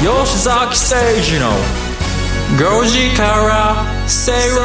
吉崎誠二の5時から正論。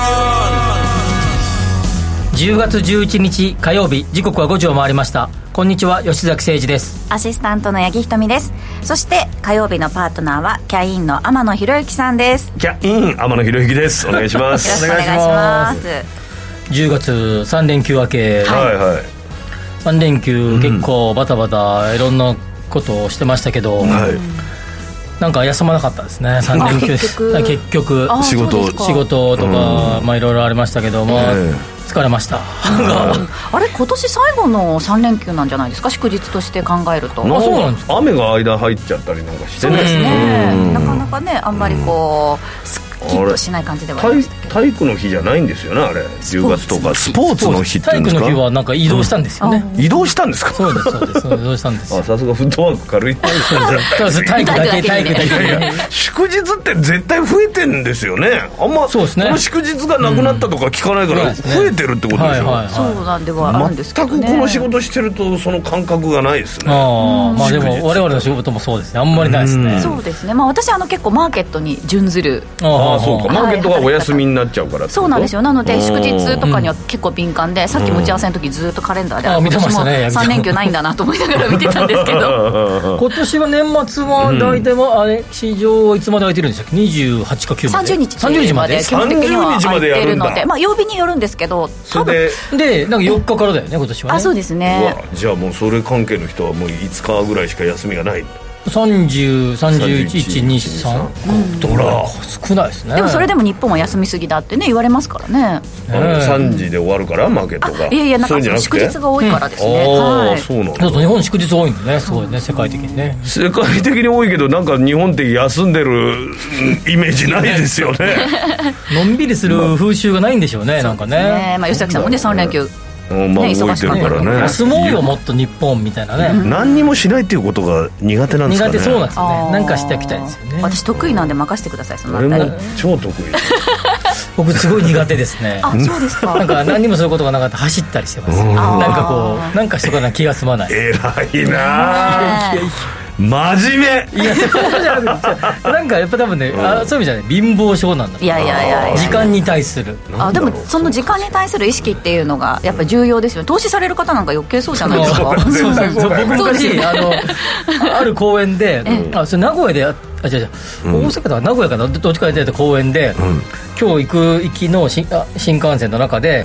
10月11日火曜日、時刻は5時を回りました。こんにちは、吉崎誠二です。 アシスタントの八木ひとみです。そして火曜日のパートナーはキャインの天野博之さんです。 キャイン天野博之です。お願いします。 よろしくお願いします。 10月3連休明け、 はいはい、 3連休結構バタバタいろんなことをしてましたけど、なんか休まなかったですね、3連休結局仕事とか、いろいろありましたけども、疲れましたあれ、今年最後の3連休なんじゃないですか、祝日として考えると。 そうなんですか。 雨が間入っちゃったりなんかしてね。 そうですね、なかなかね、あんまりこうスキップしない感じではありましたけど、 体育の日じゃないんですよね、あれ10月とかスポーツの日っていうんですか。 体育の日はなんか移動したんですよね、 移動したんですか。 そうです移動したんですさすがフットワーク軽い。 体育だけ祝日って絶対増えてんですよね。あんまそうですね、 この祝日がなくなったとか聞かないから増えてるってことでしょ。 そうなんではあるんですけどね。 全くこの仕事してるとその感覚がないですね。 でも我々の仕事もそうですね、あんまりないですね。 そうですね、私結構マーケットに準ずる。 そうか、マーケットがお休みになっちゃうから。 そうなんですよ。なので祝日とかには結構敏感で、さっき持ち合わせの時ずっとカレンダーで見てましたね。 3連休ないんだなと思いながら見てたんですけど今年は年末は大体はあれ、市場はいつまで空いてるんでしたっけ。28か9まで 30日まで基本的には空いてるので、曜日によるんですけど、多分でなんか4日からだよね、今年はね。 そうですね。 じゃあもうそれ関係の人はもう5日ぐらいしか休みがない。 30、31、23とか少ないですね。 でもそれでも日本は休みすぎだってね言われますからね。 3時で終わるからマーケットが。 いやなんか祝日が多いからですね。 そうなんだ。 日本祝日多いんでね、すごいね、世界的にね。 世界的に多いけど、なんか日本って休んでるイメージないですよね。 のんびりする風習がないんでしょうね、なんかね。 吉崎さんもね、3連休動いてるからね。 休もうよもっと日本みたいなね。 何にもしないっていうことが苦手なんですかね。 苦手そうなんですよね。なんかしておきたいですよね。 私得意なんで任せてください。そのあたり。 俺も超得意。 僕すごい苦手ですね。 そうですか。 なんか何にもそういうことがなかったら走ったりしてます。なんかこうなんかしとかな気が済まない。 偉いな。真面目。 いやそうじゃなくて、なんかやっぱ多分ね、そういう意味じゃない、貧乏症なんだ。 いや時間に対する。 でもその時間に対する意識っていうのがやっぱ重要ですよね。投資される方なんか余計そうじゃないですか。 僕昔ある公園で、それ名古屋で大阪とか名古屋かな、どっちかでやった公園で、今日行きの新幹線の中で、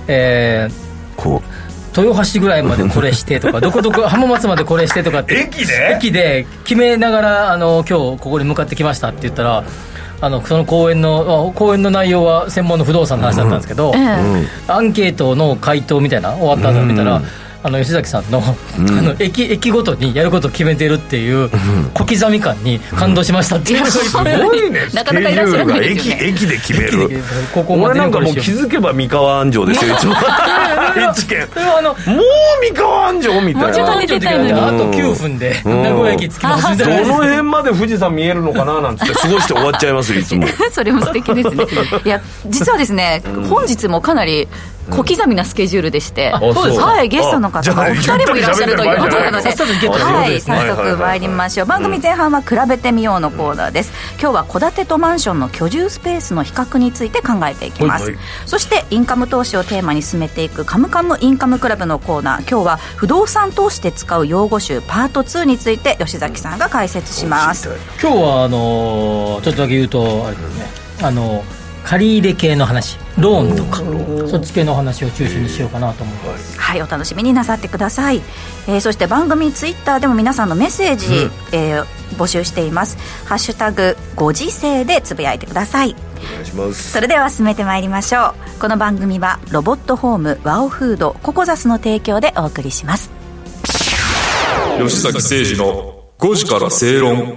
豊橋ぐらいまでこれしてとかどこ浜松までこれしてとかって駅で決めながら今日ここに向かってきましたって言ったら、その公演の内容は専門の不動産の話だったんですけど、アンケートの回答みたいな終わった後見たら、吉崎さんの、駅ごとにやることを決めてるっていう小刻み感に感動しましたっていう。 すごいね。 なかなかいらっしゃらないですよね。 駅で決める。俺なんかもう気づけば三河安城ですよ。愛知県。もう三河安城みたいな。 もうちょっと出てたよね。 あと9分で名古屋駅着きますみたいな。 どの辺まで富士山見えるのかななんつって過ごして終わっちゃいますよいつも。 それも素敵ですね。いや実はですね、本日もかなり小刻みなスケジュールでして、はい、ゲストの方がお二人もいらっしゃるということなので、はい、早速参りましょう。番組前半は比べてみようのコーナーです。今日は戸建てとマンションの居住スペースの比較について考えていきます。そしてインカム投資をテーマに進めていくカムカムインカムクラブのコーナー、今日は不動産投資で使う用語集パート2について吉崎さんが解説します。 今日はちょっとだけ言うとあれですね、借入系の話、ローンとかそっち系の話を中心にしようかなと思います。 はい、お楽しみになさってください。そして番組ツイッターでも皆さんのメッセージ、募集しています。ハッシュタグご時世でつぶやいてください。 お願いします。 それでは進めてまいりましょう。この番組はロボットホームワオフードココザスの提供でお送りします。 吉崎誠二の5時から正論。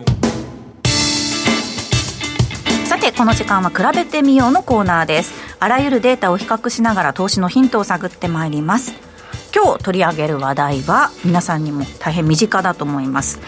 さてこの時間は比べてみようのコーナーです。あらゆるデータを比較しながら投資のヒントを探ってまいります。今日取り上げる話題は皆さんにも大変身近だと思います。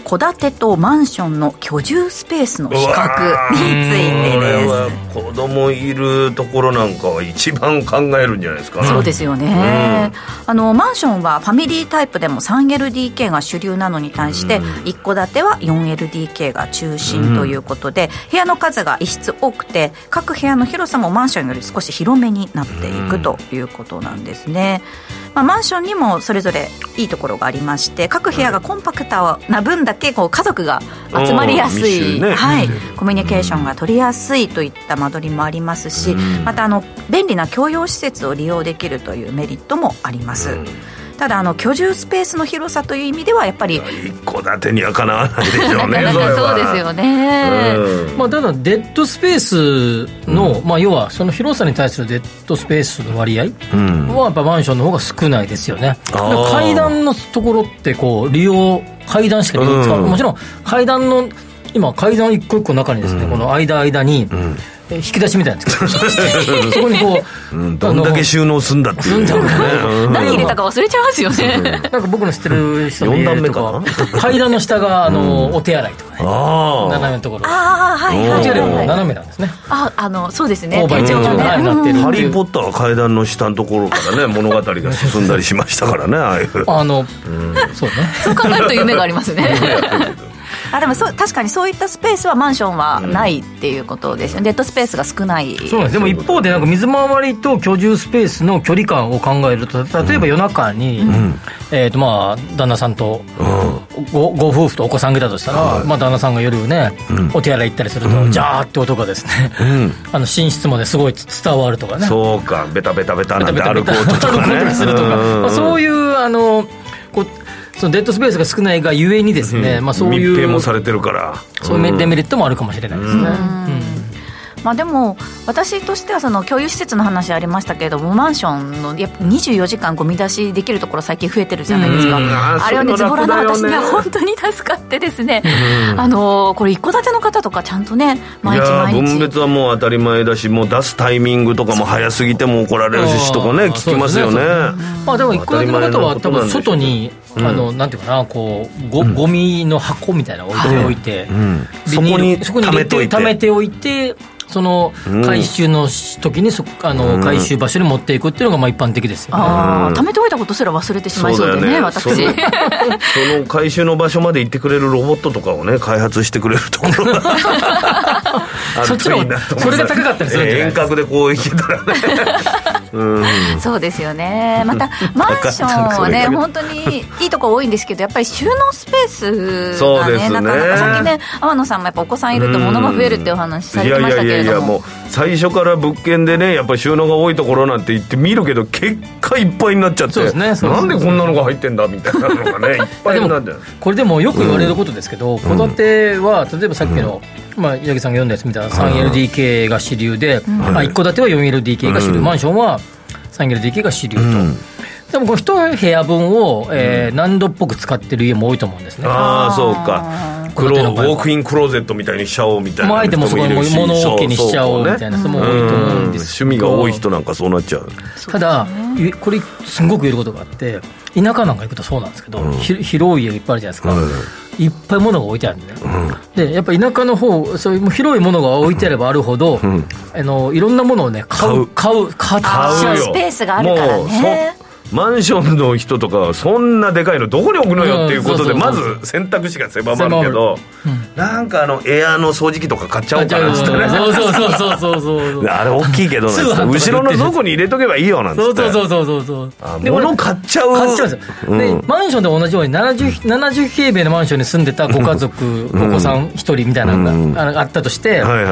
戸建てとマンションの居住スペースの比較についてです。 子供いるところなんかは一番考えるんじゃないですか。 そうですよね、マンションはファミリータイプでも 3LDK が主流なのに対して、一戸建ては 4LDK が中心ということで、部屋の数が一室多くて、各部屋の広さもマンションより少し広めになっていくということなんですね。マンションにもそれぞれいいところがありまして、各部屋がコンパクトな分だけこう家族が集まりやすい、コミュニケーションが取りやすいといった間取りもありますし、また便利な共用施設を利用できるというメリットもあります。ただ居住スペースの広さという意味ではやっぱり一戸建てにはかなわないでしょうね。 そうですよね、 ただデッドスペースの、要はその広さに対するデッドスペースの割合はやっぱマンションの方が少ないですよね。階段のところってこう階段しか利用使う、もちろん階段の今階段一個一個の中にですね、この間に、引き出しみたいなんですけどそこにこう、 どんだけ収納すんだっていう、 何入れたか忘れちゃいますよね。 なんか僕の知ってる人の 4段目かな、 階段の下がお手洗いとかね、斜めのところ、お手洗いも斜めなんですね。 そうですね、 天井がなってる。 ハリー・ポッターは階段の下のところからね物語が進んだりしましたからね。ああいうそうね、 そう考えると夢がありますね。でも確かにそういったスペースはマンションはないっていうことですよね。デッドスペースが少ない。 そうです。でも一方でなんか水回りと居住スペースの距離感を考えると、例えば夜中に、旦那さんとご夫婦とお子さんがいたとしたら、旦那さんが夜ね、お手洗い行ったりすると、ジャーって音がですね、寝室まですごい伝わるとかね。 そうか、ベタベタベタなんて歩く音とかね、 するとか、そういうそのデッドスペースが少ないがゆえにですね、そういう密閉もされてるから、 そういうデメリットもあるかもしれないですね。 でも私としてはその共有施設の話ありましたけれども、マンションのやっぱ24時間ゴミ出しできるところ最近増えてるじゃないですか。あれはね、ズボラな私には本当に助かってですね、これ一戸建ての方とかちゃんとね、毎日分別はもう当たり前だし、もう出すタイミングとかも早すぎても怒られるしとかね、聞きますよね。 でも一戸建ての方は多分外になんていうかな、こうゴミの箱みたいなのを置いて、 そこに溜めておいて、その回収の時に回収場所に持っていくっていうのが一般的ですよね。 貯めておいたことすら忘れてしまいそうでね、私。その回収の場所まで行ってくれるロボットとかをね、開発してくれるところがそっちのそれが高かったりするんじゃないですか。 遠隔でこう行けたらね。 そうですよね。またマンションはね、本当にいいところ多いんですけど、やっぱり収納スペースがね、なかなか、さっきね、天野さんもやっぱお子さんいると物が増えるっていうお話されてましたけれども、 もう最初から物件でね、やっぱり収納が多いところなんて言って見るけど、結果いっぱいになっちゃって、なんでこんなのが入ってんだみたいなのがね、いっぱいになっちゃう。 これでもよく言われることですけど、戸建ては例えばさっきの、八木さんが読んだやつ見たら 3LDK が主流で、一戸建ては 4LDK が主流、マンションは 3LDK が主流と。でもこの一部屋分を、何度っぽく使ってる家も多いと思うんですね。 そうか、ウォークインクローゼットみたいにしちゃおうみたいな、 あえてもそこに物置にしちゃおうみたいな人も多いと思うんですけど、 趣味が多い人なんかそうなっちゃう。 ただこれすごく言えることがあって、田舎なんか行くとそうなんですけど、広い家いっぱいあるじゃないですか、いっぱい物が置いてあるんだよ、でやっぱ田舎の方、そういう広いものが置いてあればあるほど、いろんなものをね買っちゃうスペースがあるからね。 マンションの人とかはそんなでかいのどこに置くのよっていうことで、まず選択肢が狭まるけど、なんかエアの掃除機とか買っちゃおうかなっつってね、そうあれ大きいけどね、後ろのどこに入れとけばいいよなんつって、物買っちゃうんですよ。 でマンションで同じように70平米のマンションに住んでたご家族、お子さん1人みたいなのがあったとして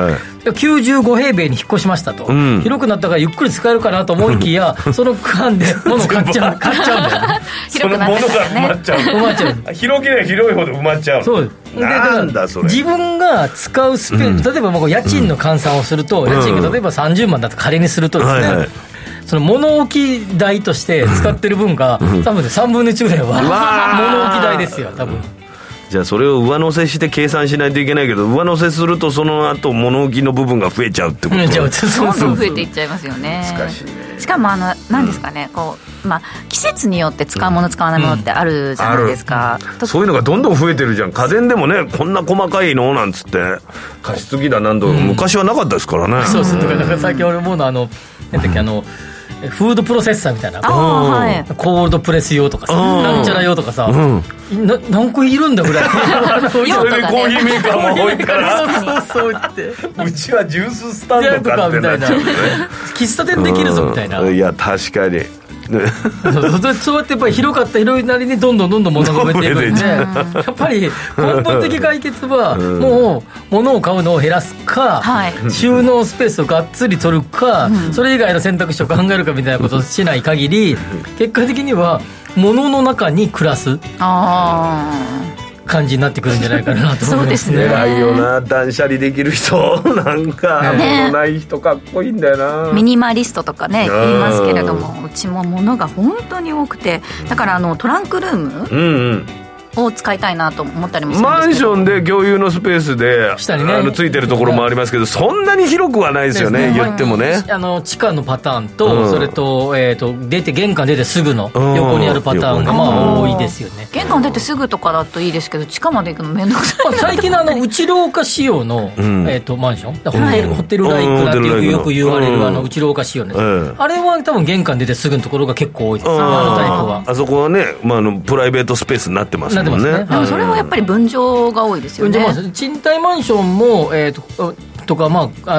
、95平米に引っ越しましたと、広くなったからゆっくり使えるかなと思いきや、その間で物を買っちゃうんだよね。 広くなったからね、 埋まっちゃう。広ければ広いほど埋まっちゃう。 そうなんだそれ。自分が使うスペース、例えば家賃の換算をすると、家賃が例えば30万だと仮にするとですね、その物置代として使ってる分が多分3分の1ぐらいは物置代ですよ多分。 じゃあそれを上乗せして計算しないといけないけど、上乗せするとその後物置の部分が増えちゃうってこと。 どんどん増えていっちゃいますよね。 難しいね。 しかも何ですかね、こう、季節によって使うもの使わないものってあるじゃないですか、 そういうのがどんどん増えてるじゃん。家電でもね、こんな細かいのなんつって加湿器だなんと、昔はなかったですからね。 そうそう。だから最近俺思うのはなんだっけ、フードプロセッサーみたいな、 はい、 コールドプレス用とかさ、なんちゃら用とかさ、何個いるんだぐらいそれでコーヒーメーカーも置いたらそう言ってうちはジューススタンドかってなっちゃうね。 喫茶店できるぞみたいな。 いや確かにそうやってやっぱり広いなりにどんどん物が増えていくんで、やっぱり根本的解決はもう物を買うのを減らすか、収納スペースをがっつり取るか、それ以外の選択肢を考えるかみたいなことをしない限り、結果的には物の中に暮らす感じになってくるんじゃないかなと思いますね。 偉いよな、断捨離できる人なんか物ない人かっこいいんだよな。 ミニマリストとかね言いますけれども、うちも物が本当に多くて、だからトランクルーム、を使いたいなと思ったりもするんですけど、 マンションで共有のスペースで下に、ね、ついてるところもありますけど、そんなに広くはないですよね、言ってもね。 地下のパターンと、それと、玄関出てすぐの横にあるパターンが多いですよね。 玄関出てすぐとかだといいですけど、地下まで行くの面倒くさい。 最近の内廊下仕様の、マンション、ホテルライクなんてよく言われる内廊下仕様のやつ、あれは多分玄関出てすぐのところが結構多いです、タイプは。 あそこはね、プライベートスペースになってますもんね。 でもそれはやっぱり分譲が多いですよね。 賃貸マンションも、とか、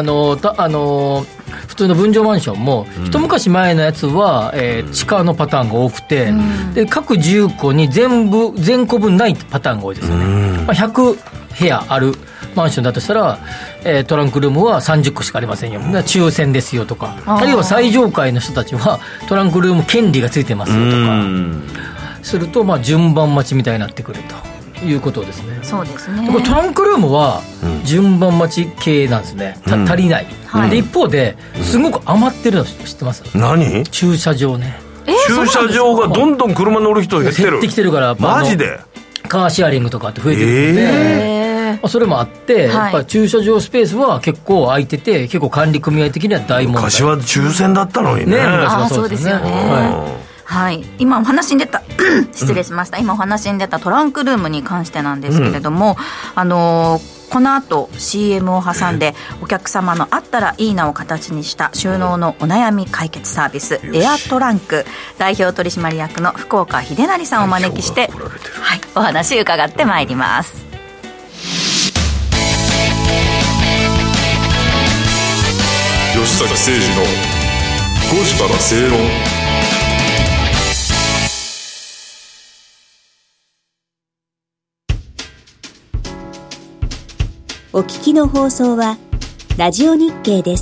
普通の分譲マンションも、一昔前のやつは、地下のパターンが多くて、で各住戸に全戸分ないパターンが多いですよね。100部屋あるマンションだとしたら、トランクルームは30個しかありませんよ、抽選ですよとか、あるいは最上階の人たちはトランクルーム権利がついてますよとかすると、順番待ちみたいになってくるということですね。 そうですね。 トランクルームは順番待ち系なんですね、足りない、で一方ですごく余ってるの知ってます？ 何？ 駐車場ね。 駐車場がどんどん車乗る人減ってる。 減ってきてるから、 マジでカーシェアリングとかって増えてるので、それもあって、やっぱり駐車場スペースは結構空いてて、結構管理組合的には大問題。 昔は抽選だったのにね。 昔はそうですよね。 今お話に出た失礼しました、今お話に出たトランクルームに関してなんですけれども、この後 CM を挟んでお客様のあったらいいなを形にした収納のお悩み解決サービスエアトランク代表取締役の福岡秀成さんをお招きして、お話伺ってまいります。 吉崎誠二の5時から正論。 お聞きの放送はラジオ日経です。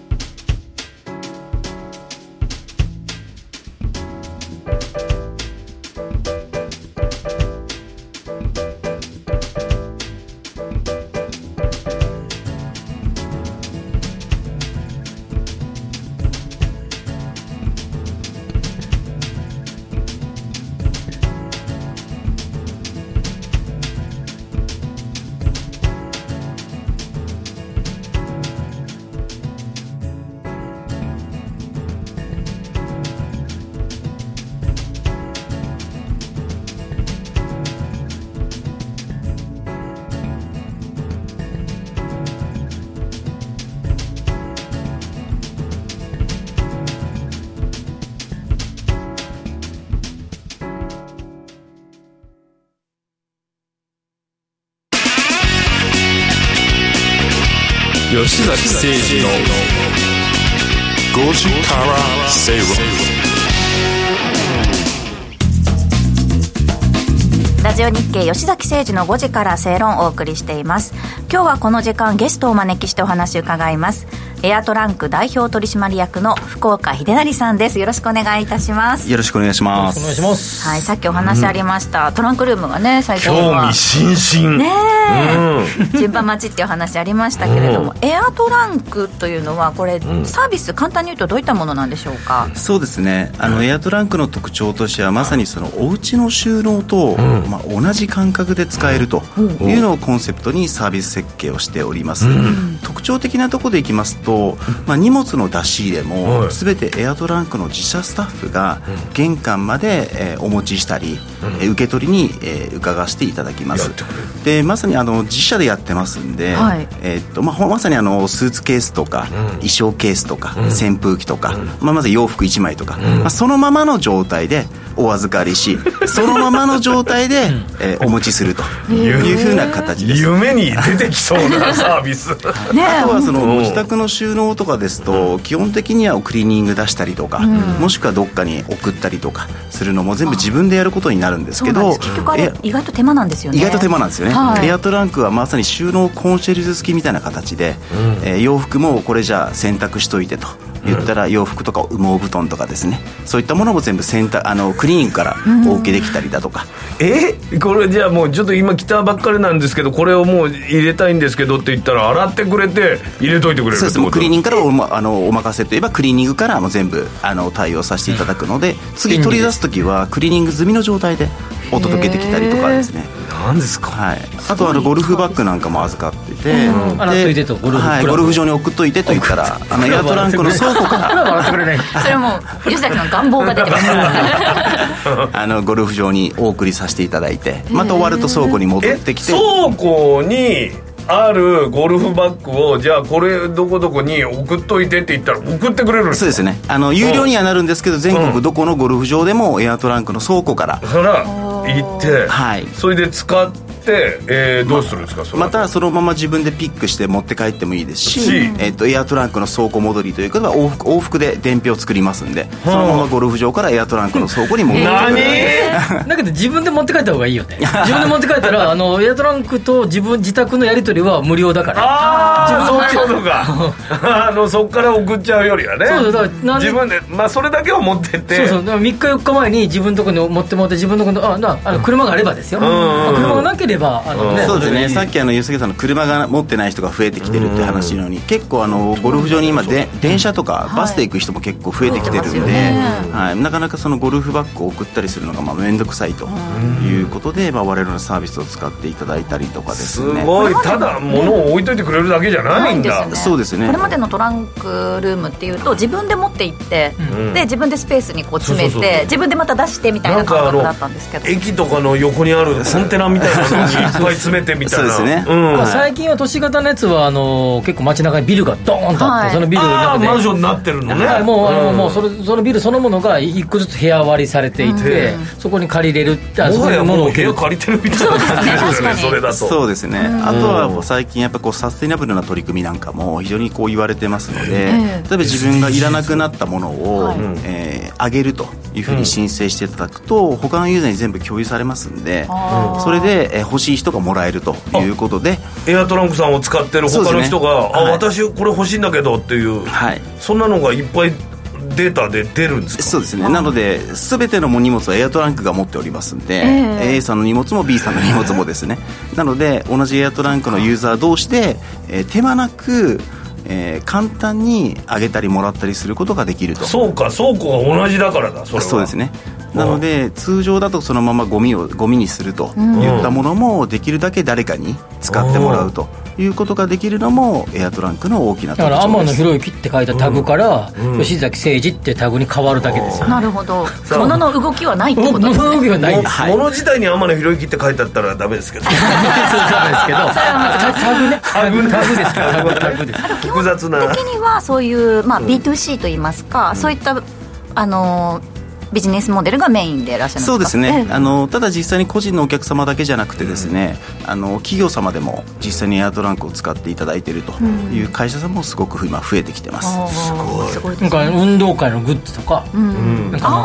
吉崎誠二の5時から正論。 ラジオ日経吉崎誠二の5時から正論をお送りしています。今日はこの時間ゲストをお招きしてお話を伺います。 エアトランク代表取締役の福岡秀成さんです。よろしくお願いいたします。 よろしくお願いします。 お願いします。 はい、さっきお話ありました、トランクルームがね最近は興味津々 ね順番待ちっていう話ありましたけれども、エアトランクというのはこれ、サービス簡単に言うとどういったものなんでしょうか。 そうですね、エアトランクの特徴としてはまさにそのお家の収納と、同じ感覚で使えるというのをコンセプトにサービス設計をしております。特徴的なところでいきますと、荷物の出し入れも全てエアトランクの自社スタッフが玄関まで、お持ちしたり、受け取りに、伺わせていただきます。でまさに自社でやってますんで、まさにスーツケースとか、衣装ケースとか、扇風機とか、まず洋服1枚とか、そのままの状態でお預かりし、そのままの状態で、お持ちするというふうな形です。 夢に出てきそうなサービスあとはそのご自宅の収納とかですと、基本的にはクリーニング出したりとか、もしくはどっかに送ったりとかするのも全部自分でやることになるんですけど、 結局あれ意外と手間なんですよね。 意外と手間なんですよね、エアトランクはまさに収納コンシェルジュ付きみたいな形で、洋服もこれじゃあ洗濯しといてと言ったら、洋服とか羽毛布団とかですね、そういったものも全部クリーニングからお受けできたりだとか、 これじゃあもうちょっと今来たばっかりなんですけど、これをもう入れたいんですけどって言ったら洗ってくれて入れといてくれるってこと。 そうです。もうクリーニングからお任せといえばクリーニングからも全部対応させていただくので、次取り出す時はクリーニング済みの状態でお届けできたりとかですね。 なんですか、 あとゴルフバッグなんかも預かってて、 洗っといてとゴルフ場に送っといてと言ったらエアトランクの倉庫からそれはもう吉崎さんの願望が出てますゴルフ場にお送りさせていただいて、また終わると倉庫に戻ってきて、 倉庫にあるゴルフバッグをじゃあこれどこどこに送っといてって言ったら送ってくれるんですか。 そうですね、有料にはなるんですけど、全国どこのゴルフ場でもエアトランクの倉庫から行って、それで使って、どうするんですか。 またそのまま自分でピックして持って帰ってもいいですし、エアトランクの倉庫戻りということは往復で伝票を作りますんで、そのままゴルフ場からエアトランクの倉庫に戻ってくる。 だけど自分で持って帰った方がいいよね。自分で持って帰ったらエアトランクと自宅のやり取りは無料だから。 そういうことかそっから送っちゃうよりはね。そうだから自分で、それだけを持ってって、 そうだから3日4日前に自分のところに持ってもらって、自分のところの車があればですよ、車がなければそうですね。さっき吉杉さんの車が持ってない人が増えてきてるって話なのに、結構ゴルフ場に今電車とかバスで行く人も結構増えてきてるんで、なかなかそのゴルフバッグを送ったりするのが面倒くさいということで、我々のサービスを使っていただいたりとかですね。 すごい。ただ物を置いといてくれるだけじゃないんだ。 そうですね。 これまでのトランクルームっていうと自分で持って行って、で自分でスペースにこう詰めて、自分でまた出してみたいな感覚だったんですけど、 駅とかの横にあるコンテナみたいなのにいっぱい詰めてみたいな。 そうですね、 最近は都市型のやつは結構街中にビルがドーンとあって、そのビルの中でマンションになってるのね。 もうそのビルそのものが一個ずつ部屋割りされていて、そこに借りれるって、 もはやもう部屋借りてるみたいな感じですよね。それだと。 そうですね。あとは最近やっぱサステイナブルな取り組みなんかも非常に言われてますので、例えば自分がいらなくなったものをあげるというふうに申請していただくと、他のユーザーに全部共有されますんで、それで欲しい人がもらえるということで、 エアトランクさんを使ってる他の人が、私これ欲しいんだけどっていう、そんなのがいっぱいデータで出るんですか。 そうですね。なので全ての荷物はエアトランクが持っておりますんで、A さんの荷物も B さんの荷物もですねなので同じエアトランクのユーザー同士で、手間なく簡単にあげたりもらったりすることができると。 そうか、倉庫が同じだからだ。それはそうですね。なので通常だとそのままゴミにするといったものもできるだけ誰かに使ってもらうということができるのもエアトランクの大きな特徴です。 だから天野博之って書いたタグから、吉崎誠二ってタグに変わるだけですよね。 なるほど。物の動きはないってことですね。 物の動きはないです。 物自体に天野博之って書いてあったらダメですけど。 そうですけど。タグね。タグですから。タグです。 複雑な。 基本的にはそういう、B2C といいますか、そういったビジネスモデルがメインでいらっしゃるんですか。 そうですね、ただ実際に個人のお客様だけじゃなくてですね、企業様でも実際にエアトランクを使っていただいているという会社さんもすごく今増えてきてます。 すごいなんか運動会のグッズとか、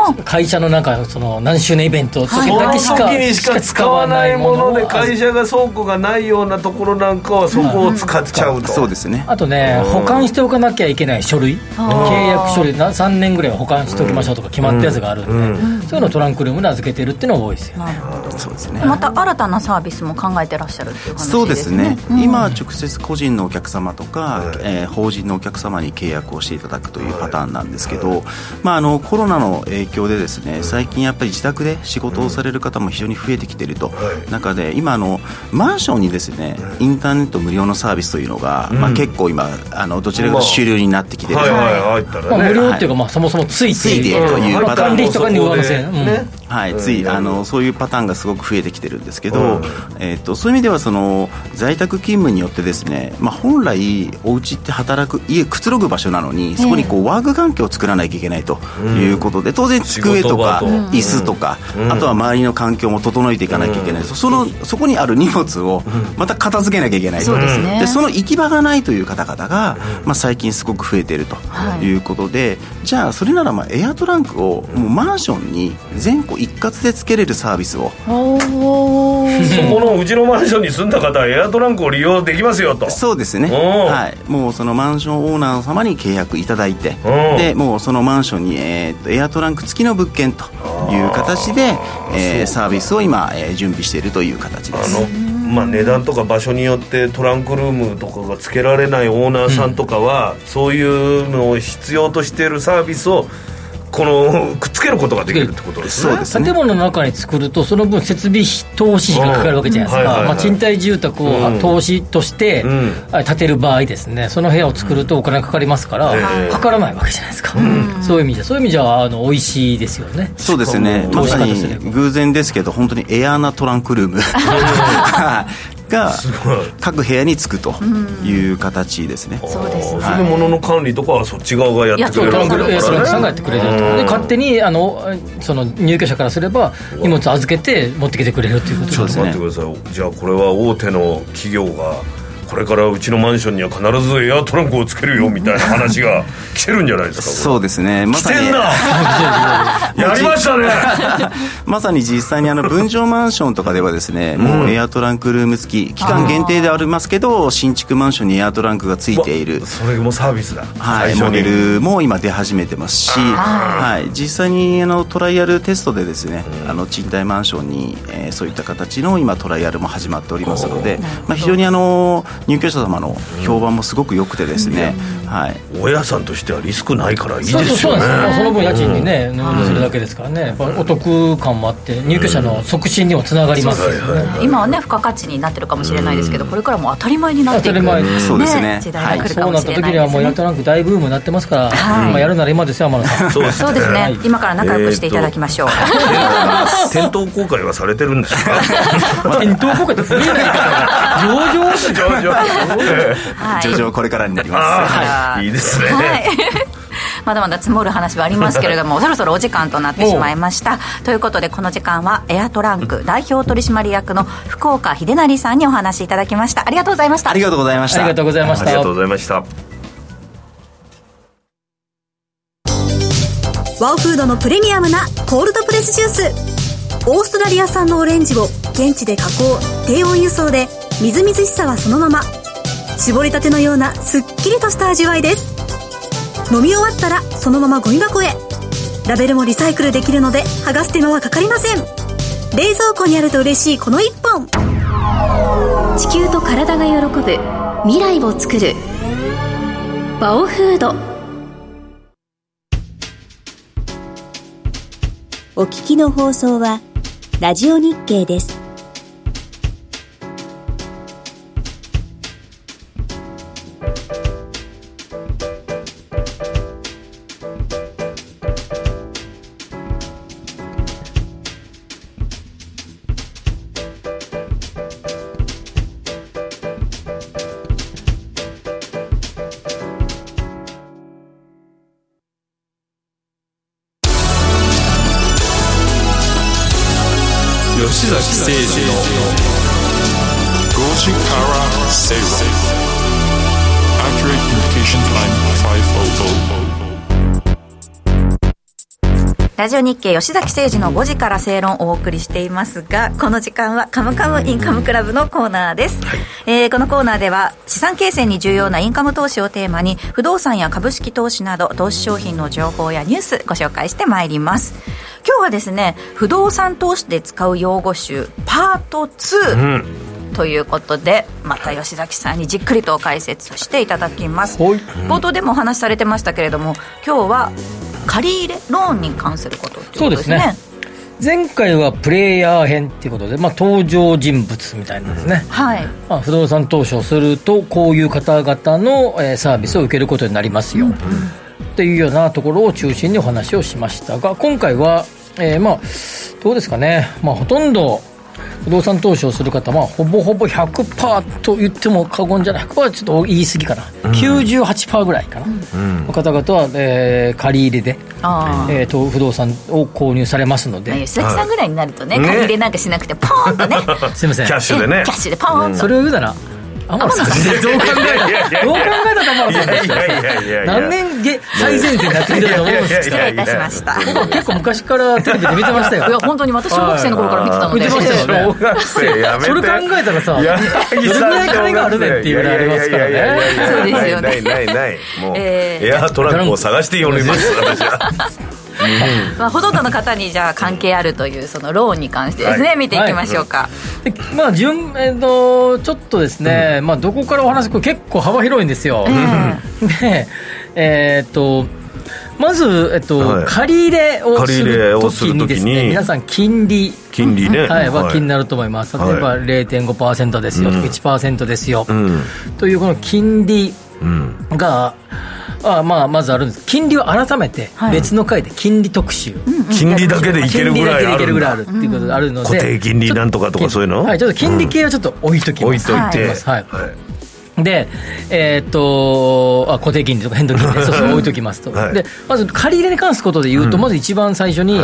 会社のなんかその何周年イベントその時にしか使わないもので、会社が倉庫がないようなところなんかはそこを使っちゃうと。 そうですね。 あとね、保管しておかなきゃいけない書類、契約書類3年ぐらいは保管しておきましょうとか決まったやつがあるんで、そういうのをトランクルームに預けてるっていうのが多いですよね。 そうですね。 また新たなサービスも考えてらっしゃるっていう話ですね。 そうですね、今直接個人のお客様とか、法人のお客様に契約をしていただくというパターンなんですけど、コロナの影響でですね、最近やっぱり自宅で仕事をされる方も非常に増えてきていると、中で今マンションにですね、インターネット無料のサービスというのが、結構今どちらかというと主流になってきている、 無料っていうか、そもそもついているというパターン、管理費とかに上乗せ、 そういうパターンがすごく増えてきてるんですけど、そういう意味では在宅勤務によってですね、本来お家って働く家くつろぐ場所なのに、そこにワーク環境を作らなきゃいけないということで、当然机とか椅子とか、あとは周りの環境も整えていかなきゃいけない、そこにある荷物をまた片付けなきゃいけないと、でその行き場がないという方々が、最近すごく増えているということで、じゃあそれならエアトランクをもうマンションに全戸一括で付けれるサービスを、 そこのうちのマンションに住んだ方はエアトランクを利用できますよと。 そうですね、もうそのマンションオーナー様に契約いただいて、でもうそのマンションに、エアトランク付きの物件という形で、サービスを今、準備しているという形です。 値段とか場所によってトランクルームとかが付けられないオーナーさんとかは、そういうのを必要としているサービスをくっつけることができるってことですね。 そうですね。 建物の中に作るとその分設備費投資費がかかるわけじゃないですか。賃貸住宅を投資として建てる場合ですね、その部屋を作るとお金がかかりますから、かからないわけじゃないですか。そういう意味じゃ美味しいですよね。 そうですね。まさに偶然ですけど、本当にエアーなトランクルームが各部屋につくという形ですね。 そうですね。 その物の管理とかはそっち側がやってくれるトランクルームさんがやってくれると。で勝手にその入居者からすれば荷物預けて持ってきてくれるということですね。 待ってください。じゃあこれは大手の企業がこれからうちのマンションには必ずエアトランクをつけるよみたいな話が来てるんじゃないですか。 そうですね。 来てんなやりましたねまさに実際に分譲マンションとかではですね、もうエアトランクルーム付き、期間限定でありますけど、新築マンションにエアトランクがついている、 それもサービスだ、 モデルも今出始めてますし、実際にトライアルテストでですね、賃貸マンションに、そういった形の今トライアルも始まっておりますので、非常に入居者様の評判もすごく良くてですね、 大家さんとしてはリスクないからいいですよね。 そうその分家賃にね納入するだけですからね、やっぱお得感もあって入居者の促進にもつながりますよね。 今はね付加価値になってるかもしれないですけど、これからも当たり前になっていくそうですね、 時代が来るかもしれないですね。そうなった時にはもうエアトランク大ブームになってますから、やるなら今ですよ天野さん。 そうですね、今から仲良くしていただきましょう。 店頭公開はされてるんですか店頭公開って古い言い方が上場これからになります。 いいですね。 まだまだ積もる話はありますけれどもそろそろお時間となってしまいました。ということでこの時間はエアトランク代表取締役の福岡秀成さんにお話しいただきました。ありがとうございました。 ありがとうございました。 ありがとうございました。 ありがとうございました。 ワオフードのプレミアムなコールドプレスジュース、オーストラリア産のオレンジを現地で加工低温輸送でみずみずしさはそのまま、絞りたてのようなすっきりとした味わいです。飲み終わったらそのままゴミ箱へ。ラベルもリサイクルできるので剥がす手間はかかりません。冷蔵庫にあると嬉しいこの一本。 地球と体が喜ぶ未来を作るワオフード。 お聞きの放送はラジオ日経です。 吉崎誠二の5時から正論 Accurate Communication Time 500 ラジオ日経吉崎誠二の5時から正論をお送りしていますが、この時間はカムカムインカムクラブのコーナーです、このコーナーでは資産形成に重要なインカム投資をテーマに不動産や株式投資など投資商品の情報やニュースご紹介してまいります。今日はですね、不動産投資で使う用語集パート2、ということでまた吉崎さんにじっくりと解説していただきます。冒頭でもお話しされてましたけれども、今日は借り入れローンに関することってことですね。そうですね。 前回はプレイヤー編ということで、登場人物みたいなんですね、不動産投資をするとこういう方々のサービスを受けることになりますよ、っていうようなところを中心にお話をしましたが、今回は、どうですかね、ほとんど不動産投資をする方、ほぼほぼ 100% と言っても過言じゃない。100% はちょっと言い過ぎかな、98% ぐらいかな、の方々は、借り入れで、不動産を購入されますので、 吉崎さんぐらいになるとね、借り入れなんかしなくてポーンとねすいません、 キャッシュでね、 キャッシュでポーンと、 それを言うなら天野さん、どう考えた天野さん何年最前線になってきてると思うんです。 失礼いたしました。 僕は結構昔からテレビで見てましたよ。 いや本当に私小学生の頃から見てたので、 見てましたよね。小学生やめて、それ考えたらさ、どれぐらい金があるねんっていうのありますからね。 そうですよね。 ないもうエアトラックを探して呼びます私は。 ほとんどの方にじゃあ関係あるというそのローンに関してですね、見ていきましょうか。 ちょっとですね、どこからお話これ結構幅広いんですよ。でまず、借り入れをするときにですね、皆さん金利ね、 は気になると思います。例えば 0.5% ですよ、1% ですよ、というこの金利が、まずあるんです。金利を改めて別の回で金利特集、 金利だけでいけるぐらいあるんだっていうことがあるので、 固定金利なんとかとかそういうの、 ちょっと金利系はちょっと置いときます、で、固定金利とか変動金利そう置いときますと、でまず借り入れに関することでいうと、まず一番最初に、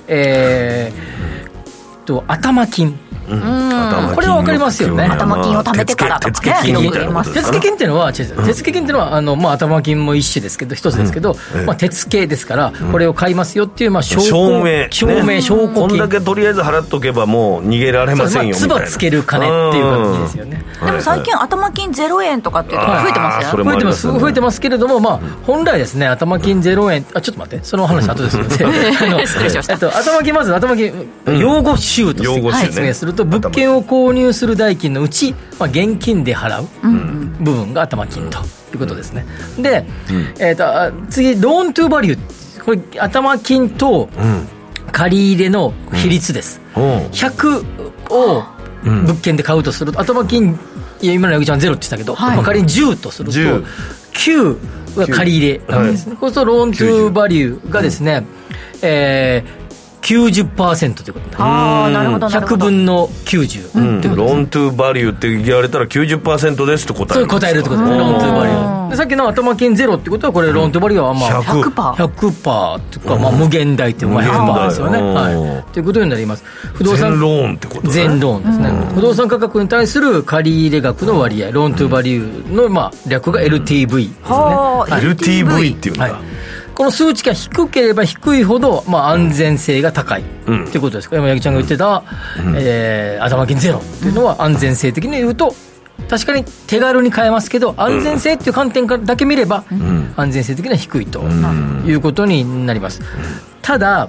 頭金、これは分かりますよね。 頭金を貯めてからとかね、 手付金っていうのは頭金も一種ですけど、一つですけど、手付けですから、これを買いますよっていう、証明証拠金、 こんだけとりあえず払っとけばもう逃げられませんよみたいな、 つける金っていう感じですよね。 でも最近頭金0円とかっていうのが増えてますよね。 増えてますけれども、本来ですね、頭金0円、ちょっと待って、その話後ですので失礼しました。 まず頭金用語集として説明すると、物件を購入する代金のうち、現金で払う部分が頭金ということですね。で、次ローントゥーバリュー、これ頭金と借り入れの比率です。100を物件で買うとすると、頭金、今の八木ちゃん0って言ったけど、仮に10とすると9が借り入れなわけですね。そうするとローントゥーバリューがですね、90% ということになる。100分の90、 ローントゥーバリューって言われたら 90% ですと答える。 答えるってことです。ローントゥーバリューで、さっきの頭金ゼロってことは、これローントゥーバリューは100% っていうか、無限大っていうか 100% ですよね、ということになります。不動産全ローンってことね。 全ローンですね。不動産価格に対する借り入れ額の割合、ローントゥーバリューの略が LTV ですね。 LTV っていうんだ。 この数値が低ければ低いほど、安全性が高いということですから、今八木ちゃんが言ってた、頭金ゼロというのは安全性的に言うと、確かに手軽に買えますけど、安全性っていう観点からだけ見れば、安全性的には低いということになります。ただ、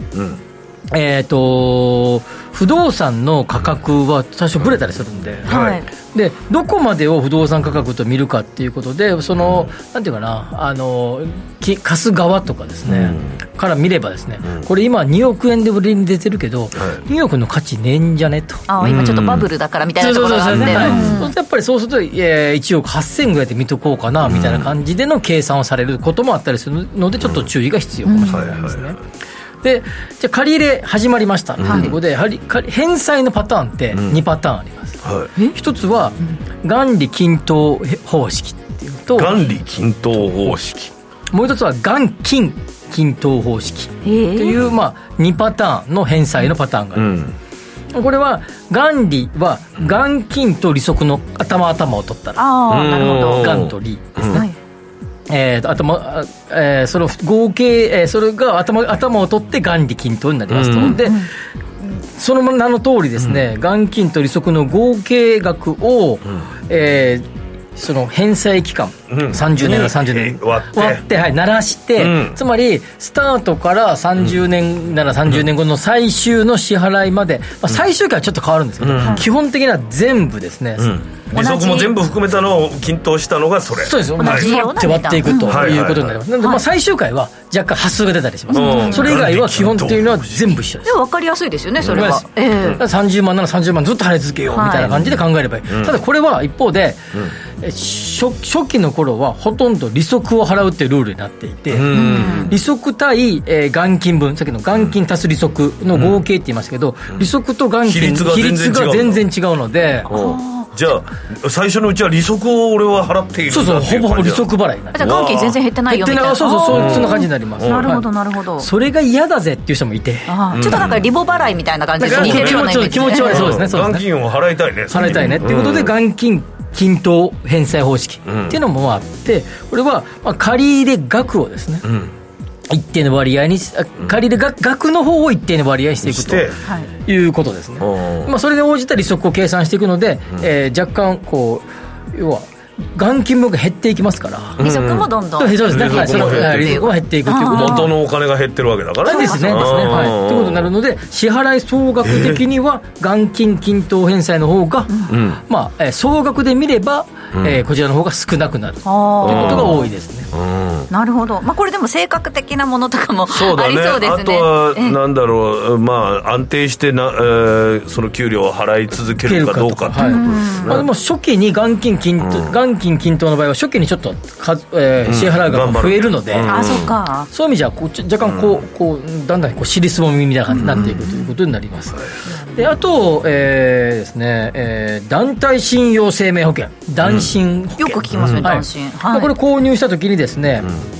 不動産の価格は多少ブレたりするんで、でどこまでを不動産価格と見るかっていうことで、なんていうかな、貸す側とかですね、から見ればですね、これ今2億円で売りに出てるけど、2億の価値ねえんじゃねと。 今ちょっとバブルだからみたいなところがあって、 やっぱりそうすると1億8000ぐらいで見とこうかなみたいな感じでの計算をされることもあったりするので、ちょっと注意が必要かもしれないですね。で、じゃあ借り入れ始まりましたということで、返済のパターンって2パターンあります。一つは元利均等方式っていうと、 元利均等方式、 もう一つは元金均等方式という、2パターンの返済のパターンがあります。これは元利は元金と利息の頭を取ったら、元と利ですね。 その合計、それが頭を取って元利均等になりますと、でその名の通りですね、元金と利息の合計額を、その返済期間、30年の30年割って、鳴らして、つまりスタートから30年なら30年後の最終の支払いまで、最終回はちょっと変わるんですけど、基本的には全部ですね、 利息も全部含めたのを均等したのがそれ。 そうです、同じような割っていくということになります。なので最終回は若干端数が出たりします。それ以外は基本的には全部一緒です。 分かりやすいですよね、それは。 30万なら30万ずっと払い続けようみたいな感じで考えればいい。ただこれは一方で、初期の頃はほとんど利息を払うっていうルールになっていて、利息対元金分、さっきの元金足す利息の合計って言いますけど、利息と元金の比率が全然違うので、 じゃあ最初のうちは利息を俺は払っているんだっていう感じだ。 そうそう、ほぼほぼ利息払いになって、 じゃあ元金全然減ってないよみたいな。 そうそんな感じになります。 なるほどなるほど。 それが嫌だぜっていう人もいて、ちょっとなんかリボ払いみたいな感じで似てるようなイメージ。 気持ち悪い。そうですね。 元金を払いたいね。 払いたいねっていうことで、元金均等返済方式っていうのもあって、これは借入額をですね、一定の割合に、借りる額の方を一定の割合にしていくということですね。それに応じた利息を計算していくので、若干こう要は元金分が減っていきますから、 利息もどんどん、 そうですね、利息も減っていくということ、 元のお金が減ってるわけだからですね、ということになるので、支払い総額的には元金均等返済の方が、総額で見れば、こちらの方が少なくなるということが多いですね。 なるほど。これでも性格的なものとかもありそうですね。 あとはなんだろう、安定してその給料を払い続けるかどうかということですね。 でも初期に元金均等の場合は初期にちょっと支払い額が増えるので、そういう意味じゃ若干こうだんだん尻すぼみみたいな感じになっていくということになります。であとですね、団体信用生命保険、団信保険、 よく聞きますね、団信。 これ購入した時にですね、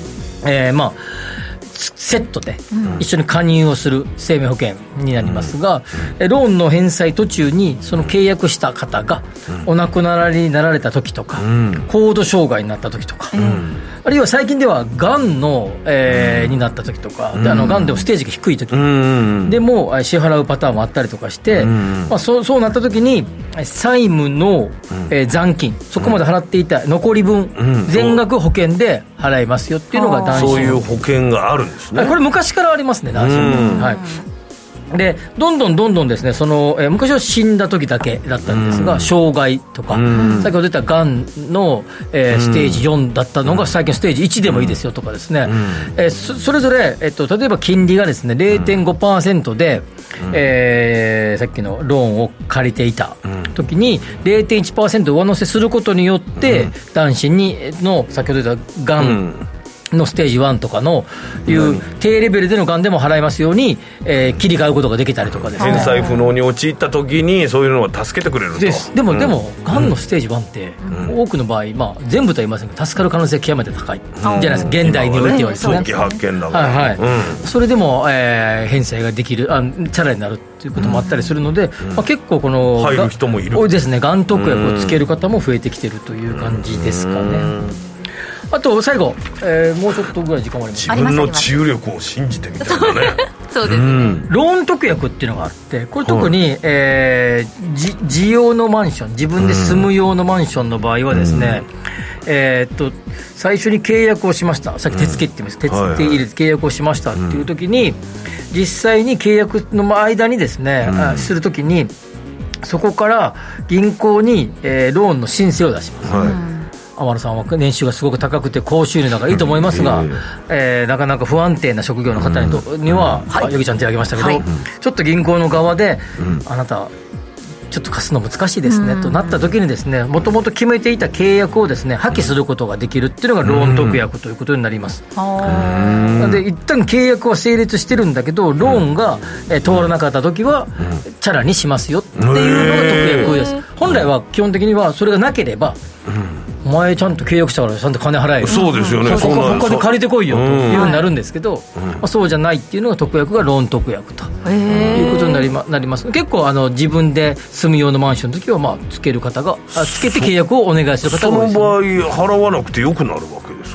セットで一緒に加入をする生命保険になりますが、ローンの返済途中にその契約した方がお亡くなりになられた時とか、高度障害になった時とか、あるいは最近ではがんの、になった時とか、がんでもステージが低い時でも支払うパターンもあったりとかして、そうなった時に債務の、残金、そこまで払っていた残り分、全額保険で払いますよっていうのが男子。 そういう保険があるんですね。 これ昔からありますね、男子。でどんどんですね、その昔は死んだ時だけだったんですが、障害とか、先ほど言ったがんの、ステージ4だったのが最近ステージ1でもいいですよとかですね、それぞれ、例えば金利がですね 0.5% で、さっきのローンを借りていた時に 0.1% 上乗せすることによって、男子の先ほど言ったがんのステージ1とかのいう低レベルでのがんでも払いますように、切り替えることができたりとかですね、 返済不能に陥った時にそういうのを助けてくれると。 でもがんのステージ1って多くの場合、全部とは言いませんが助かる可能性が極めて高いじゃないですか、現代においてはですね。 早期発見だから、 それでも、返済ができる、チャラになるということもあったりするので、結構この入る人もいる多いですね。がん特約をつける方も増えてきてるという感じですかね。あと最後、もうちょっとぐらい時間もあります。 自分の治癒力を信じてみたいなね。 そうですね。 ローン特約っていうのがあって、これ特に、自用のマンション、自分で住む用のマンションの場合はですね、最初に契約をしました、さっき手付けって言います、手付け入れて契約をしましたっていう時に、実際に契約の間にですね、する時にそこから銀行に、ローンの申請を出します。天野さんは年収がすごく高くて高収入だからいいと思いますが、なかなか不安定な職業の方には、ヨギちゃん手挙げましたけど、ちょっと銀行の側で、あなたちょっと貸すの難しいですねとなった時にですね、もともと決めていた契約をですね破棄することができるっていうのがローン特約ということになります。で一旦契約は成立してるんだけど、ローンが通らなかった時はチャラにしますよっていうのが特約です。本来は基本的にはそれがなければ、お前ちゃんと契約したからちゃんと金払えよ、 そうですよね、 他で借りてこいよというようになるんですけど、そうじゃないっていうのが特約がローン特約ということになります。結構自分で住む用のマンションの時はつける方がつけて契約をお願いする方が多いです。 その場合払わなくてよくなるわけですか。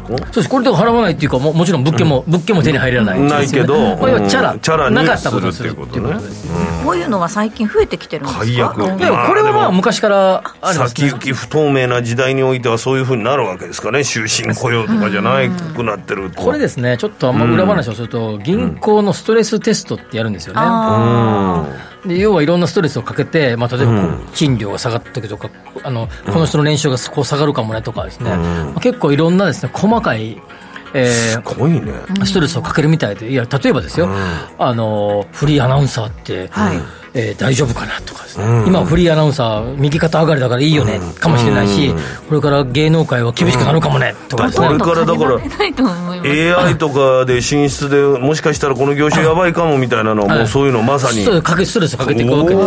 か？ そうです。これとか払わないっていうか、もちろん物件も手に入らないないけど、 要はチャラになかったことにするっていうことね。 こういうのは最近増えてきてるんですか？ いや、これはまあ昔からありますね。 先行き不透明な時代においてはそういうふうになるわけですかね。終身雇用とかじゃなくなってると。 これですね、ちょっとあんま裏話をすると、銀行のストレステストってやるんですよね。で要はいろんなストレスをかけて、まあ、例えば賃料が下がった時とか、この人の年収がこう下がるかもねとかですね、結構いろんなですね細かいすごいね、 ストレスをかけるみたいで、いや例えばですよ、フリーアナウンサーって、大丈夫かなとかですね、今はフリーアナウンサー右肩上がりだからいいよね、かもしれないし、これから芸能界は厳しくなるかもね、とかですね。 これからだから AI とかで進出でもしかしたらこの業種やばいかもみたいなのは、もうそういうのまさにストレスをかけていくわけです。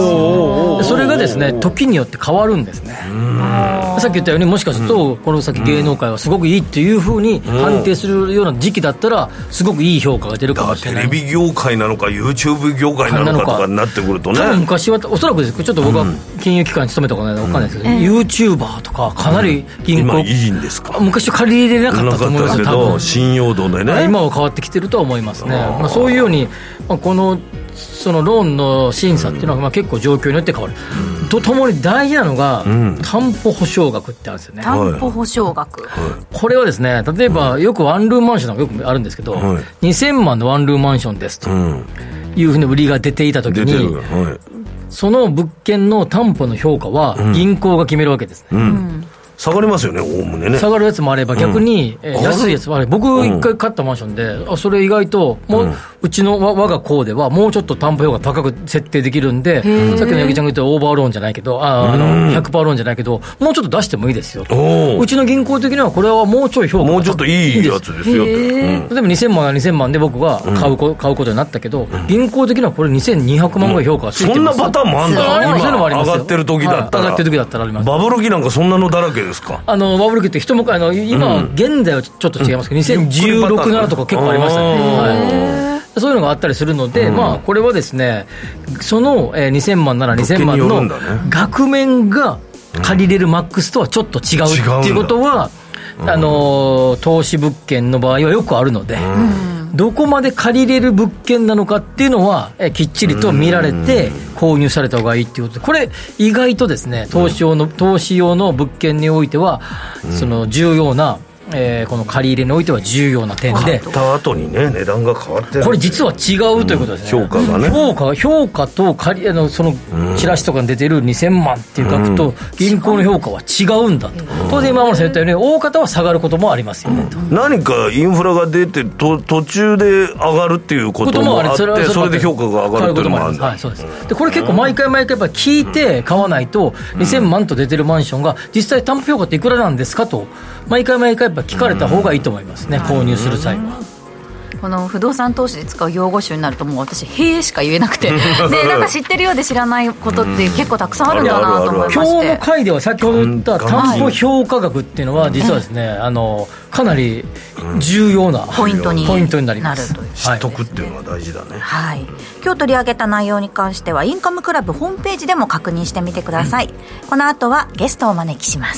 それがですね時によって変わるんですね。さっき言ったように、もしかするとこの先芸能界はすごくいいっていうふうに判定するような時期だったら、すごくいい評価が出るかもしれない。 テレビ業界なのか YouTube 業界なのかとかになってくるとね、 多分昔はおそらくですけど、ちょっと僕は金融機関に勤めたことないので分かんないですけど、YouTuber とかかなり銀行、 今いいんですか？ 昔は借り入れなかったと思いますよ、多分信用度でね。 今は変わってきてるとは思いますね。そういうように、そのローンの審査っていうのは結構状況によって変わる、とともに大事なのが、担保保証額ってあるんですよね。 担保保証額、 これはですね、例えばよくワンルームマンションなんかよくあるんですけど、2000万のワンルームマンションですというふうに売りが出ていたときに、その物件の担保の評価は銀行が決めるわけですね。 下がりますよね、おおむねね。 下がるやつもあれば、逆に、安いやつもあれば、僕一回買ったマンションで、それ意外ともう、うちの我が校ではもうちょっと担保評価高く設定できるんで、さっきの八木ちゃんが言ったオーバーローンじゃないけど、100% ローンじゃないけど、もうちょっと出してもいいですよと。うちの銀行的にはこれはもうちょい評価もうちょっといいやつですよって。例えば2000万は2000万で僕が買うことになったけど、銀行的にはこれ2200万ぐらい評価がついてます。 そんなパターンもあんだ。今上がってる時だったら。 上がってる時だったらあります。 バブル期なんかそんなのだらけですか？ バブル期って人も今現在はちょっと違いますけど、2016、7とか結構ありましたね。そういうのがあったりするので、まあこれはですね、その2000万なら2000万の額面が借りれるマックスとはちょっと違うっていうことは、投資物件の場合はよくあるので、どこまで借りれる物件なのかっていうのはきっちりと見られて購入された方がいいっていうことで、これ意外とですね、投資用の物件においてはその重要な、この借り入れにおいては重要な点で、 買った後にね値段が変わってる、 これ実は違うということですね。 評価がね、 評価とそのチラシとかに出てる2000万っていう額と銀行の評価は違うんだと。当然今まで言ったように大方は下がることもありますよねと。 何かインフラが出て途中で上がるっていうこともあって、それで評価が上がるっていうのもあるんだ。 はい、そうです。でこれ結構毎回やっぱり聞いて買わないと、2000万と出てるマンションが実際担保評価っていくらなんですかと毎回やっぱ聞かれた方がいいと思いますね、購入する際は。 この不動産投資で使う用語集になるともう私へえしか言えなくてでなんか知ってるようで知らないことって結構たくさんあるんだなと思いまして、 今日の回では先ほど言った担保評価額っていうのは実はですね、かなり重要なポイントになります。 知っとくっていうのは大事だね。 はい、今日取り上げた内容に関してはインカムクラブホームページでも確認してみてください。この後はゲストをお招きします。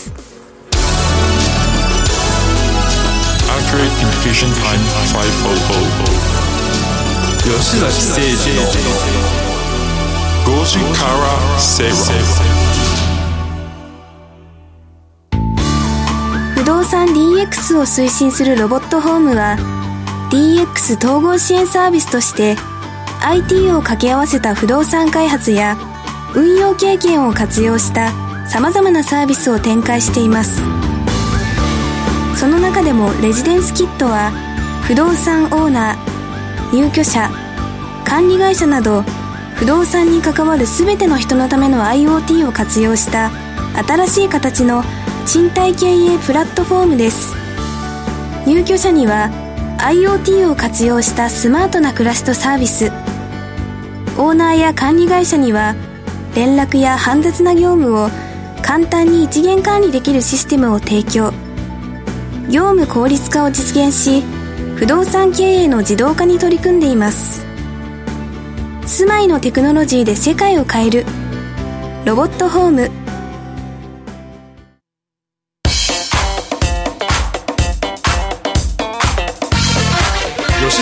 Accurate Communication Time 500吉崎誠二の5時から正論。 不動産 DX を推進するロボットホームは DX 統合支援サービスとして IT を掛け合わせた不動産開発や運用経験を活用したさまざまなサービスを展開しています。その中でもレジデンスキットは不動産オーナー、入居者、管理会社など不動産に関わる全ての人のための IoT を活用した新しい形の賃貸経営プラットフォームです。入居者には IoT を活用したスマートな暮らしとサービス、オーナーや管理会社には連絡や煩雑な業務を簡単に一元管理できるシステムを提供。業務効率化を実現し、不動産経営の自動化に取り組んでいます。住まいのテクノロジーで世界を変えるロボットホーム。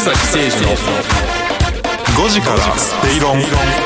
崎誠二の5時からスペイロン。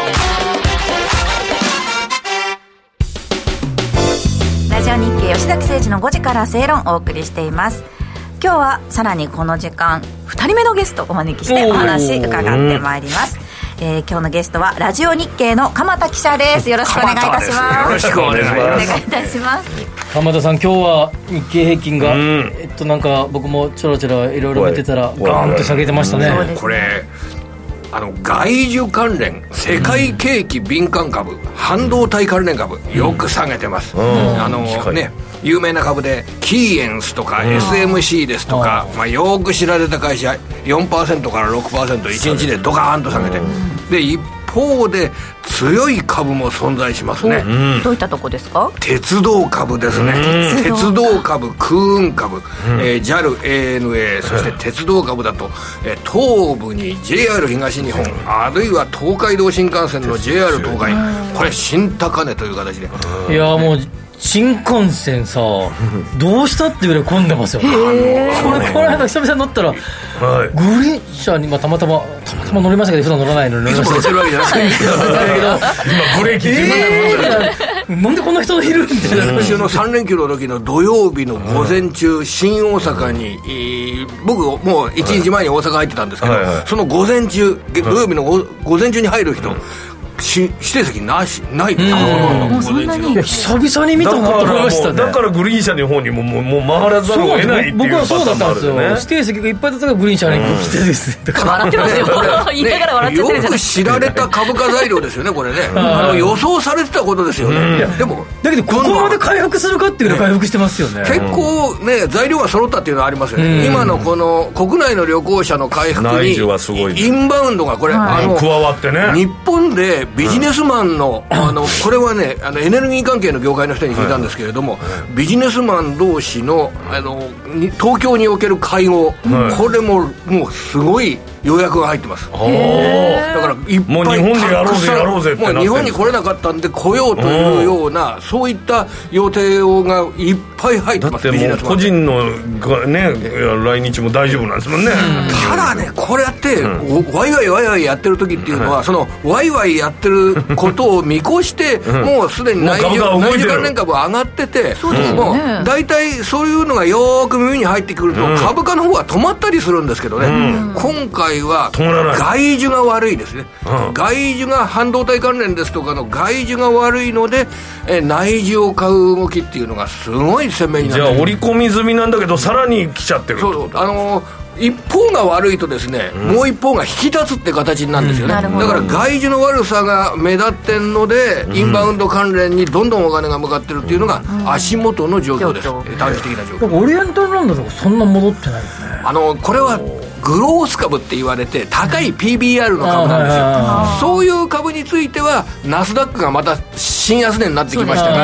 ラジオ日経吉崎誠二の5時から正論をお送りしています。今日はさらにこの時間2人目のゲストをお招きしてお話伺ってまいります。今日のゲストはラジオ日経の鎌田記者です。よろしくお願いいたします。 よろしくお願いいたします。 鎌田さん、今日は日経平均が、なんか僕もちょろちょろいろいろ見てたらガーンと下げてましたね。 これ外需関連、世界景気敏感株、半導体関連株よく下げてます。有名な株でキーエンスとか SMC ですとか、よく知られた会社 4% から 6% 日でドカーンと下げて、で一方で強い株も存在しますね。 どういったとこですか？ 鉄道株ですね。鉄道株、空運株、JAL、ANA、そして鉄道株だと、東部に JR 東日本、あるいは東海道新幹線の JR 東海、これ新高値という形で、 いやもう新幹線さどうしたっていうぐらい混んでますよ。この間久々に乗ったら、グリーン車に、たまたま乗りましたけど、普段乗らないのに乗りましたけど、 いつも乗ってるわけじゃないけど今ブレーキなんでこんな人いるみたいな。 今週の3連休の時の土曜日の午前中、新大阪に、僕もう1日前に大阪入ってたんですけど、その午前中、土曜日の午前中に入る人、指定席ないです。 もうそんなに久々に見たなと思いましたね。 だからグリーン車の方にもう回らざるを得ないっていう。 僕はそうだったんですよ。指定席がいっぱいだったからグリーン車に来てですね。 笑ってますよ。言いながら笑っちゃってるじゃないですか。 よく知られた株価材料ですよね、これね。予想されてたことですよね。でもだけどここまで回復するかっていうの回復してますよね。 結構ね、材料が揃ったっていうのはありますよね。今のこの国内の旅行者の回復にインバウンドがこれ加わってね、 日本でビジネスマンのこれはね、エネルギー関係の業界の人に聞いたんですけれども、ビジネスマン同士の東京における会合、これもうすごい予約が入ってます。だからいっぱいもう日本でやろうぜってなって、 もう日本に来れなかったんで来ようというような、そういった予定がいっぱい入ってます。 だってもう個人のね、来日も大丈夫なんですもんね。 ただね、これやってワイワイやってる時っていうのは、そのワイワイやってることを見越して、もうすでに内需関連株は上がってて、もう大体そういうのがよーく耳に入ってくると、株価の方は止まったりするんですけどね、今回は外需が悪いですね。外需が半導体関連ですとかの外需が悪いので、内需を買う動きっていうのがすごい鮮明になってる。 じゃあ織り込み済みなんだけど、さらに来ちゃってる。 そう一方が悪いとですね、もう一方が引き立つって形なんですよね。だから外需の悪さが目立ってんので、インバウンド関連にどんどんお金が向かってるっていうのが足元の状況です。短期的な状況。 オリエンタルランドとかそんな戻ってないですね。 これはグロース株って言われて高い PBR の株なんですよ。そういう株についてはナスダックがまた新安値になってきましたから、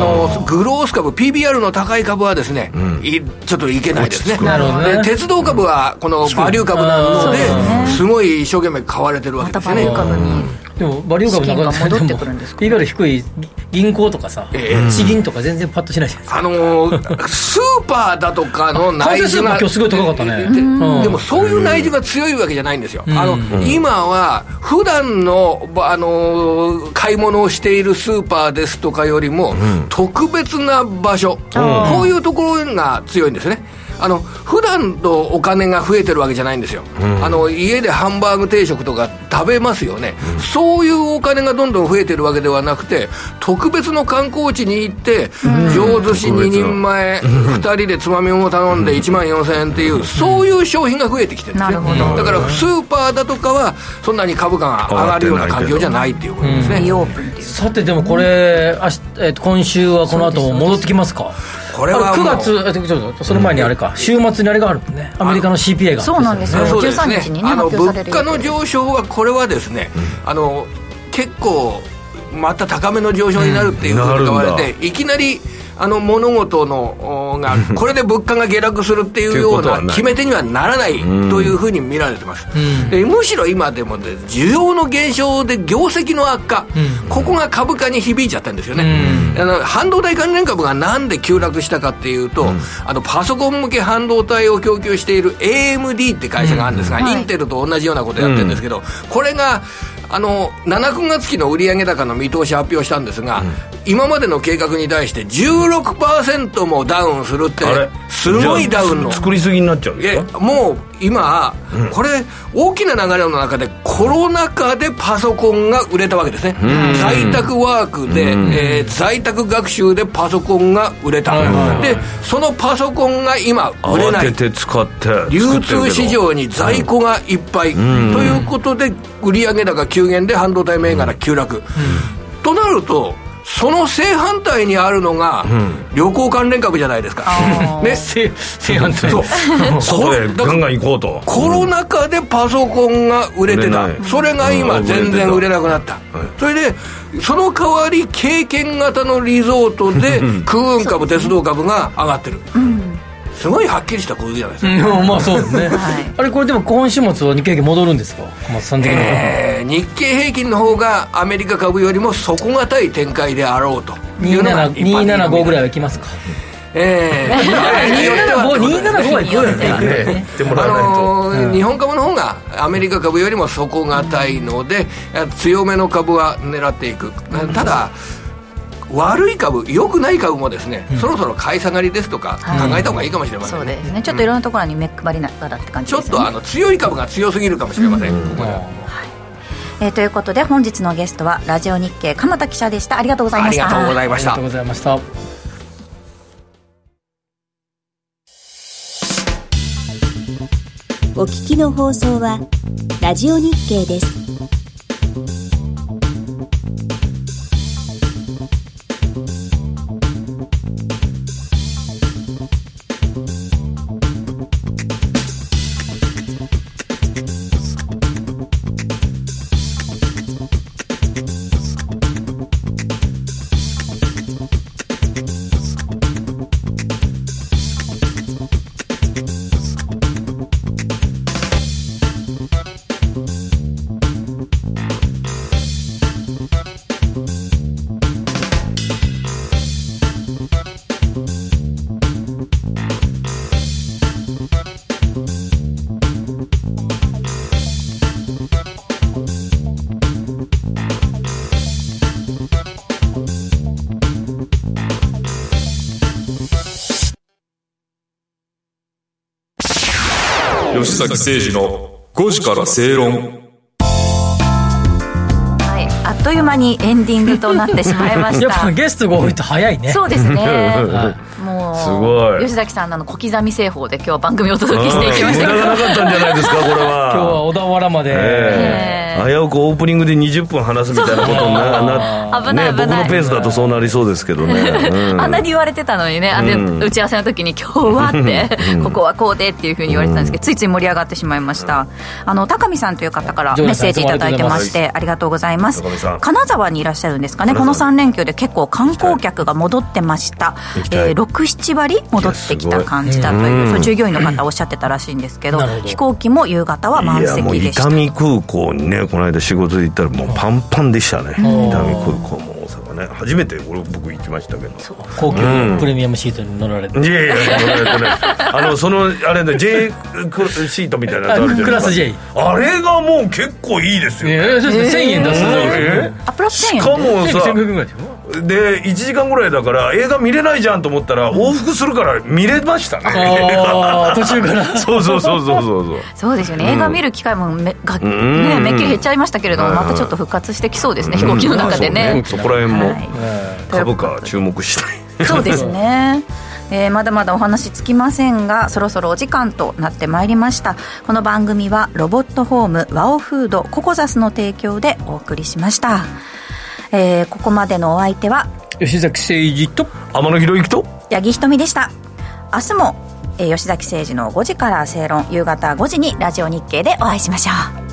グロース株 PBR の高い株はですね、ちょっといけないですね。で鉄道株はこのバリュー株なので、すごい一生懸命買われてるわけですよね。 でもバリュー株なんか戻ってくるんですか。 PBR 低い銀行とかさ、地銀とか全然パッとしないじゃないですか。 スーパーだとかの内需が今日すごい高かったね。 でもそういう内需が強いわけじゃないんですよ。今は普段の買い物をしているスーパーですとかよりも特別な場所、こういうところが強いんですね。普段とお金が増えてるわけじゃないんですよ。家でハンバーグ定食とか食べますよね。そういうお金がどんどん増えてるわけではなくて、特別の観光地に行って上寿司2人前2人でつまみを頼んで1万4000円っていう、そういう商品が増えてきてるんですね。だからスーパーだとかはそんなに株価が上がるような環境じゃないっていうことですね。 さてでもこれ今週はこの後戻ってきますか。 これは 9月その前にあれか、週末にあれがあるもんね。アメリカの CPI が。 そうなんですよ。13日にね、発表される。 物価の上昇はこれはですね、結構また高めの上昇になるっていうふうに言われて、いきなり物事のがこれで物価が下落するっていうような決め手にはならないというふうに見られてます。でむしろ今でもね、需要の減少で業績の悪化、ここが株価に響いちゃったんですよね。半導体関連株がなんで急落したかっていうと、パソコン向け半導体を供給している AMD って会社があるんですが、インテルと同じようなことをやってるんですけど、これが7、9月期の売上高の見通し発表したんですが、今までの計画に対して 16% もダウンするって、すごいダウンの作りすぎになっちゃうんですか。 もう今、これ大きな流れの中でコロナ禍でパソコンが売れたわけですね。在宅ワークで、在宅学習でパソコンが売れた、でそのパソコンが今売れない、 慌てて使って流通市場に在庫がいっぱい、ということで売上高急減で半導体銘柄急落、となるとその正反対にあるのが、旅行関連株じゃないですか、 ね、正反対そうでガンガン行こうと。 コロナ禍でパソコンが売れてた、それが今全然売れなくなった、それでその代わり経験型のリゾートで空運株鉄道株が上がってる、すごいはっきりした構図じゃないですか。 まあそうですね、あれこれでも今週末は日経平均戻るんですか、小松さん的には。 日経平均の方がアメリカ株よりも底堅い展開であろうというのが 275ぐらいはいきますか。275はいくよね。 日本株の方がアメリカ株よりも底堅いので、強めの株は狙っていく。ただ悪い株、良くない株もですね、そろそろ買い下がりですとか考えた方がいいかもしれませんね。 そうですね、ちょっといろんなところに目配りながらって感じですね。 ちょっと強い株が強すぎるかもしれません、ここでは。 ということで本日のゲストはラジオ日経鎌田記者でした。ありがとうございました。 ありがとうございました。 ありがとうございました。 お聞きの放送はラジオ日経です。 吉崎誠二の5時から正論。 あっという間にエンディングとなってしまいました。 やっぱゲストが多いと早いね。 そうですねもうすごい吉崎さんの小刻み製法で今日は番組をお届けしていきましたけど、 なかったんじゃないですかこれは。 今日は小田原まで、 危うくオープニングで20分話すみたいなことに危ない僕のペースだとそうなりそうですけどね、 あんなに言われてたのにね、打ち合わせの時に今日はってここはこうでっていうふうに言われてたんですけど、ついつい盛り上がってしまいました。高見さんという方からメッセージいただいてまして、ありがとうございます。金沢にいらっしゃるんですかね。この3連休で結構観光客が戻ってました。6、7割戻ってきた感じだという、従業員の方おっしゃってたらしいんですけど、飛行機も夕方は満席でした。 伊丹空港にねこの間仕事で行ったらもうパンパンでしたね。伊丹空港も大阪ね、初めて僕行きましたけど、 高級プレミアムシートに乗られて、 いやいや乗られてないそのあれね J シートみたいなやつあるじゃないですか。 クラス J あれがもう結構いいですよね。 1000円出すプラス1000円しかもさで1時間ぐらいだから映画見れないじゃんと思ったら往復するから見れましたね。 途中からそうそうですよね、映画見る機会もめっきり減っちゃいましたけれども、またちょっと復活してきそうですね、飛行機の中でね。 そこら辺も株価注目したい。 そうですねまだまだお話つきませんが、そろそろお時間となってまいりました。この番組はロボットホームワオフードココザスの提供でお送りしました。ここまでのお相手は吉崎誠二と天野博之と八木ひとみでした。明日も吉崎誠二の5時から正論、夕方5時にラジオ日経でお会いしましょう。